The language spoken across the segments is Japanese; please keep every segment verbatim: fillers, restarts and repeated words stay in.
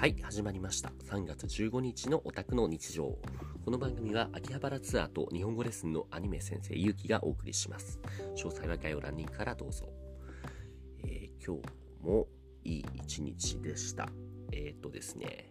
はい、始まりました。さんがつじゅうごにちのオタクの日常。この番組は秋葉原ツアーと日本語レッスンのアニメ先生ゆうきがお送りします。詳細は概要欄にからどうぞ。えー、今日もいい一日でした。えー、っとですね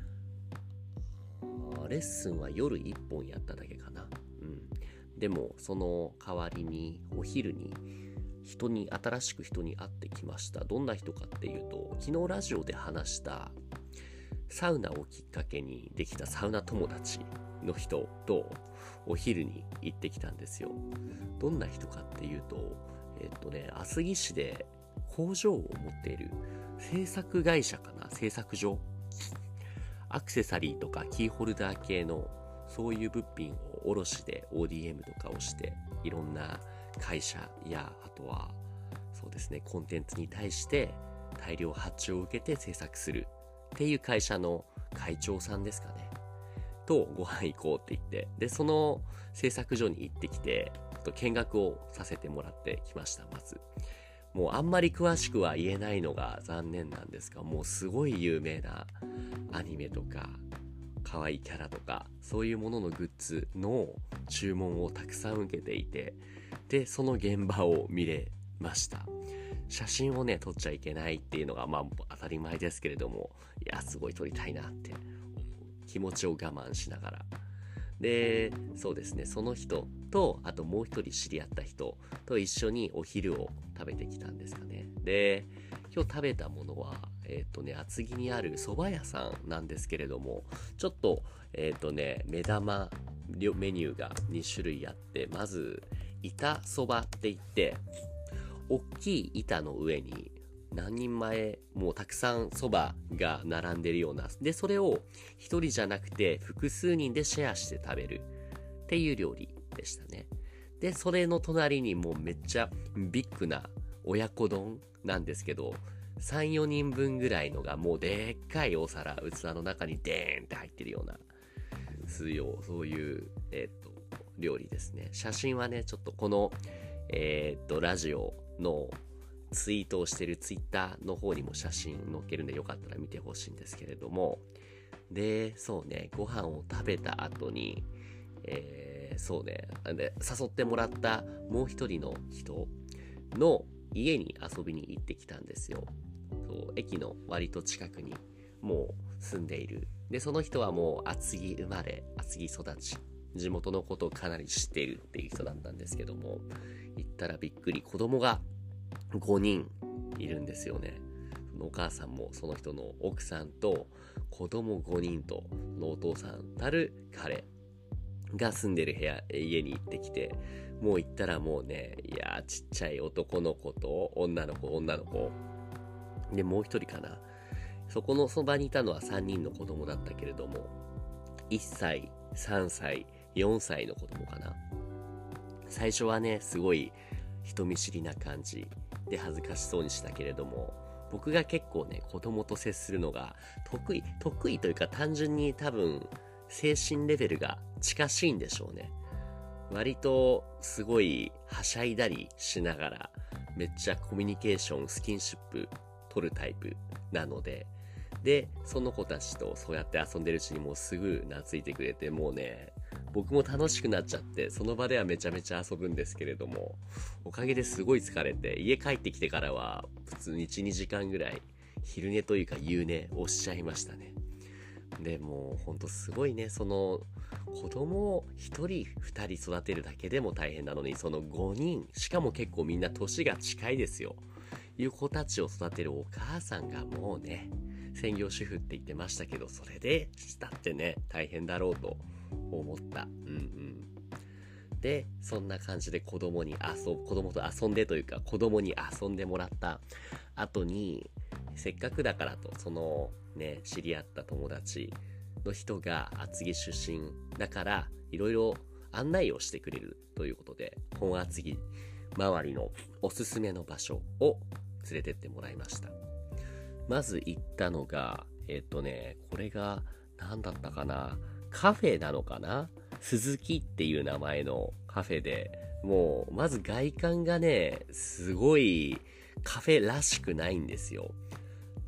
レッスンは夜いっぽんやっただけかな。うん。でもその代わりにお昼に人に新しく人に会ってきました。どんな人かっていうと、昨日ラジオで話したサウナをきっかけにできたサウナ友達の人とお昼に行ってきたんですよ。どんな人かっていうと、えっとね、厚木市で工場を持っている製作会社かな、製作所、アクセサリーとかキーホルダー系のそういう物品を卸で オーディーエム とかをしていろんな会社やあとはそうですねコンテンツに対して大量発注を受けて制作するっていう会社の会長さんですかねとご飯行こうって言って、でその製作所に行ってきてちょっと見学をさせてもらってきました。まずもうあんまり詳しくは言えないのが残念なんですが、もうすごい有名なアニメとか可愛いキャラとかそういうもののグッズの注文をたくさん受けていて、でその現場を見れました。写真をね撮っちゃいけないっていうのがまあ当たり前ですけれども、いやすごい撮りたいなって気持ちを我慢しながら、でそうですねその人とあともう一人知り合った人と一緒にお昼を食べてきたんですかね。で今日食べたものはえっとね厚木にある蕎麦屋さんなんですけれども、ちょっとえっとね目玉メニューがにしゅるいあって、まず板そばって言って大きい板の上に何人前もうたくさんそばが並んでるような、でそれを一人じゃなくて複数人でシェアして食べるっていう料理でしたね。でそれの隣にもうめっちゃビッグな親子丼なんですけど、さん、よにんぶんぐらいのがもうでっかいお皿器の中にデーンって入ってるようなそういうえっと料理ですね。写真はねちょっとこのえっとラジオのツイートをしてるツイッターの方にも写真載っけるんでよかったら見てほしいんですけれども、でそうねご飯を食べた後にえー、そうねで誘ってもらったもう一人の人の家に遊びに行ってきたんですよ。そう駅の割と近くにもう住んでいる。でその人はもう厚木生まれ厚木育ち、地元のことをかなり知っているっていう人だったんですけども、行ったらびっくり、子供がごにんいるんですよね。そのお母さんもその人の奥さんと子供ごにんとのお父さんたる彼が住んでる部屋家に行ってきて、もう行ったらもうねいやーちっちゃい男の子と女の子女の子でもう一人かな、そこのそばにいたのはさんにんの子供だったけれども、いっさいさんさいよんさいの子供かな。最初はねすごい人見知りな感じで恥ずかしそうにしたけれども、僕が結構ね子供と接するのが得意得意というか、単純に多分精神レベルが近しいんでしょうね。割とすごいはしゃいだりしながらめっちゃコミュニケーションスキンシップ取るタイプなので、でその子たちとそうやって遊んでるうちにもうすぐ懐いてくれて、もうね僕も楽しくなっちゃって、その場ではめちゃめちゃ遊ぶんですけれども、おかげですごい疲れて、家帰ってきてからは普通にいち、にじかんぐらい昼寝というか夕寝をしちゃいましたね。でもうほんとすごいね、その子供をひとりふたり育てるだけでも大変なのに、そのごにん、しかも結構みんな年が近いですよ、いう子たちを育てるお母さんがもうね専業主婦って言ってましたけど、それでしたってね大変だろうと思った。うんうんでそんな感じで子供に遊子供と遊んでというか子供に遊んでもらった後に、せっかくだからとそのね知り合った友達の人が厚木出身だからいろいろ案内をしてくれるということで、本厚木周りのおすすめの場所を連れてってもらいました。まず行ったのがえっとねこれが何だったかな、カフェなのかな、鈴木っていう名前のカフェで、もうまず外観がねすごいカフェらしくないんですよ。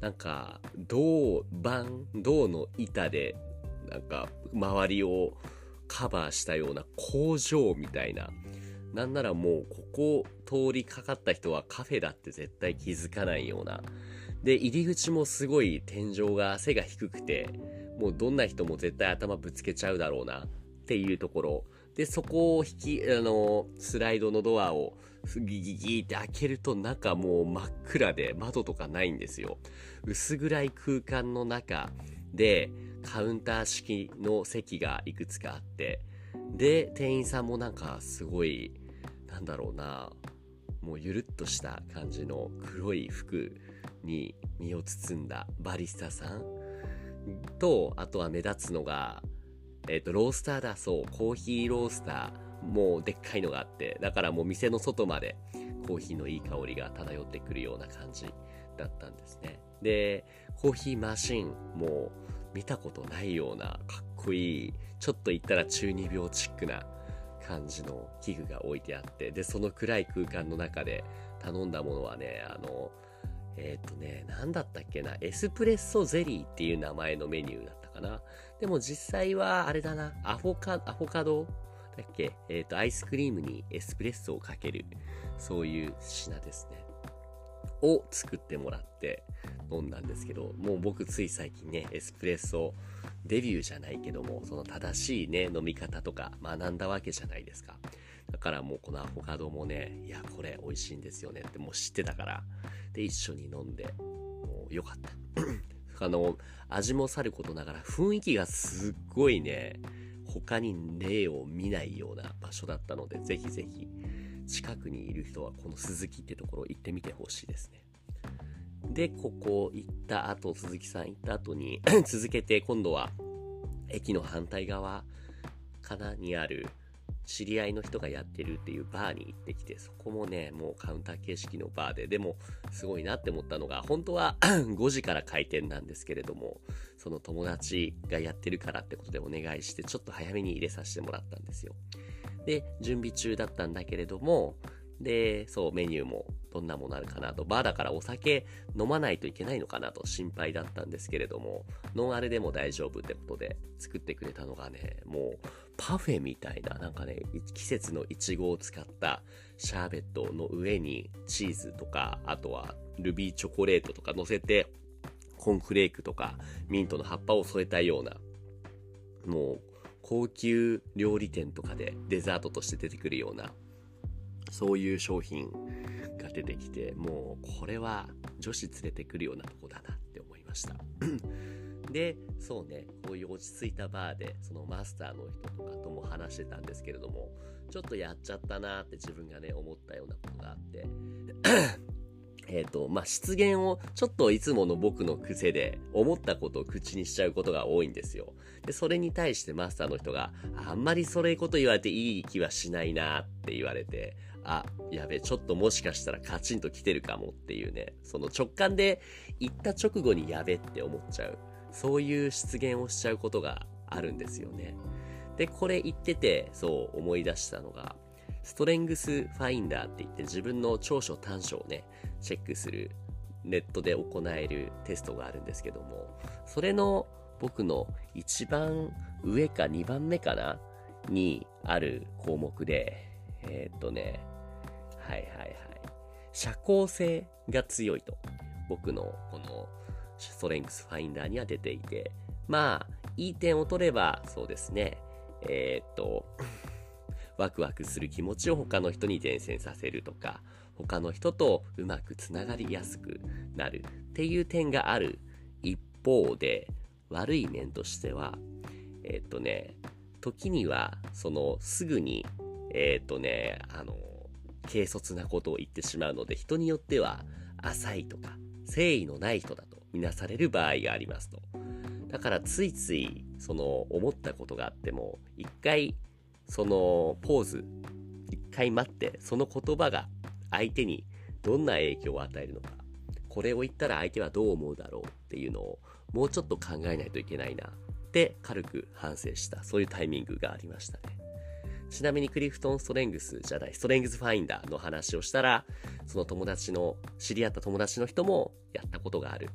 なんか銅板銅の板でなんか周りをカバーしたような工場みたいな、なんならもうここ通りかかった人はカフェだって絶対気づかないような。で、入り口もすごい天井が背が低くて、もうどんな人も絶対頭ぶつけちゃうだろうなっていうところで、そこを引きあのスライドのドアをギギギって開けると、中もう真っ暗で窓とかないんですよ。薄暗い空間の中でカウンター式の席がいくつかあって、で店員さんもなんかすごいなんだろうな、もうゆるっとした感じの黒い服に身を包んだバリスタさんと、あとは目立つのがえっとロースターだ。そう、コーヒーロースター、もうでっかいのがあって、だからもう店の外までコーヒーのいい香りが漂ってくるような感じだったんですね。でコーヒーマシンも見たことないようなかっこいい、ちょっと言ったら中二病チックな感じの器具が置いてあって、でその暗い空間の中で頼んだものはね、あのえっとねなんだったっけな、エスプレッソゼリーっていう名前のメニューだったかな。でも実際はあれだな、アフォカアフォカドだっけ、えっとアイスクリームにエスプレッソをかける、そういう品ですねを作ってもらって飲んだんですけど、もう僕つい最近ねエスプレッソデビューじゃないけども、その正しいね飲み方とか学んだわけじゃないですか。だからもうこのアボカドもね、いやこれ美味しいんですよねってもう知ってたから、で一緒に飲んでもうよかったあの味もさることながら雰囲気がすっごいね、他に例を見ないような場所だったので、ぜひぜひ近くにいる人はこの鈴木ってところ行ってみてほしいですね。でここ行った後、鈴木さん行った後に続けて今度は駅の反対側かなにある知り合いの人がやってるっていうバーに行ってきて、そこもねもうカウンター形式のバーで、でもすごいなって思ったのが、本当はごじから開店なんですけれども、その友達がやってるからってことでお願いして、ちょっと早めに入れさせてもらったんですよ。で準備中だったんだけれども、でそうメニューもどんなものあるかなと、バーだからお酒飲まないといけないのかなと心配だったんですけれども、ノンアルでも大丈夫ってことで作ってくれたのがね、もうパフェみたいな、なんかね季節のイチゴを使ったシャーベットの上にチーズとか、あとはルビーチョコレートとか乗せて、コーンフレークとかミントの葉っぱを添えたような、もう高級料理店とかでデザートとして出てくるような、そういう商品が出てきて、もうこれは女子連れてくるようなとこだなって思いましたでそうね、こういう落ち着いたバーでそのマスターの人とかとも話してたんですけれども、ちょっとやっちゃったなって自分がね思ったようなことがあってえっとまあ失言をちょっといつもの僕の癖で思ったことを口にしちゃうことが多いんですよ。でそれに対してマスターの人が、あんまりそれこと言われていい気はしないなって言われて、あ、やべ、ちょっともしかしたらカチンと来てるかもっていうね、その直感で言った直後にやべって思っちゃう、そういう失言をしちゃうことがあるんですよね。でこれ言っててそう思い出したのが、ストレングスファインダーって言って自分の長所短所をねチェックするネットで行えるテストがあるんですけども、それの僕の一番上かにばんめかなにある項目で、えー、っとねはいはいはい社交性が強いと僕のこのストレングスファインダーには出ていて、まあいい点を取ればそうですね、えー、っとワクワクする気持ちを他の人に伝染させるとか、他の人とうまくつながりやすくなるっていう点がある一方で、悪い面としてはえー、っとね時にはそのすぐにえー、っとねあの軽率なことを言ってしまうので、人によっては浅いとか誠意のない人だとみなされる場合がありますと。だからついついその思ったことがあっても一回そのポーズ一回待って、その言葉が相手にどんな影響を与えるのか、これを言ったら相手はどう思うだろうっていうのをもうちょっと考えないといけないなって軽く反省した、そういうタイミングがありましたね。ちなみにクリフトンストレングスじゃないストレングスファインダーの話をしたら、その友達の知り合った友達の人もやったことがある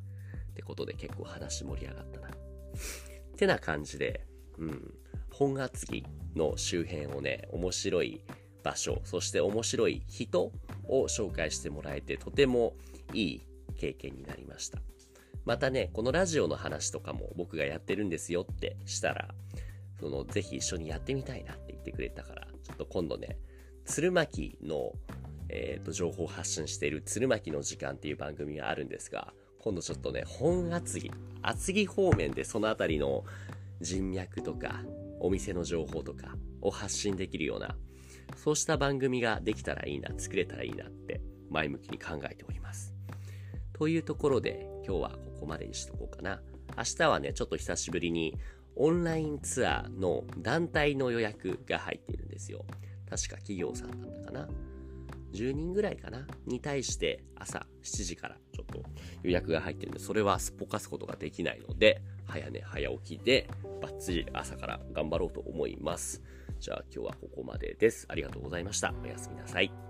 ってことで結構話盛り上がったな。ってな感じで、うん、本厚木の周辺をね、面白い場所、そして面白い人を紹介してもらえて、とてもいい経験になりました。またね、このラジオの話とかも僕がやってるんですよってしたら、そのぜひ一緒にやってみたいなって言ってくれたから、ちょっと今度ね、鶴巻の、えーと、情報を発信している鶴巻の時間っていう番組があるんですが、今度ちょっとね、本厚木、厚木方面でそのあたりの人脈とか、お店の情報とかを発信できるような、そうした番組ができたらいいな、作れたらいいなって前向きに考えております。というところで今日はここまでにしとこうかな。明日はね、ちょっと久しぶりにオンラインツアーの団体の予約が入っているんですよ。確か企業さんだったかな。じゅうにんぐらいかなに対して朝しちじからちょっと予約が入ってるんで、それはすっぽかすことができないので、早寝早起きでバッツリ朝から頑張ろうと思います。じゃあ今日はここまでです。ありがとうございました。おやすみなさい。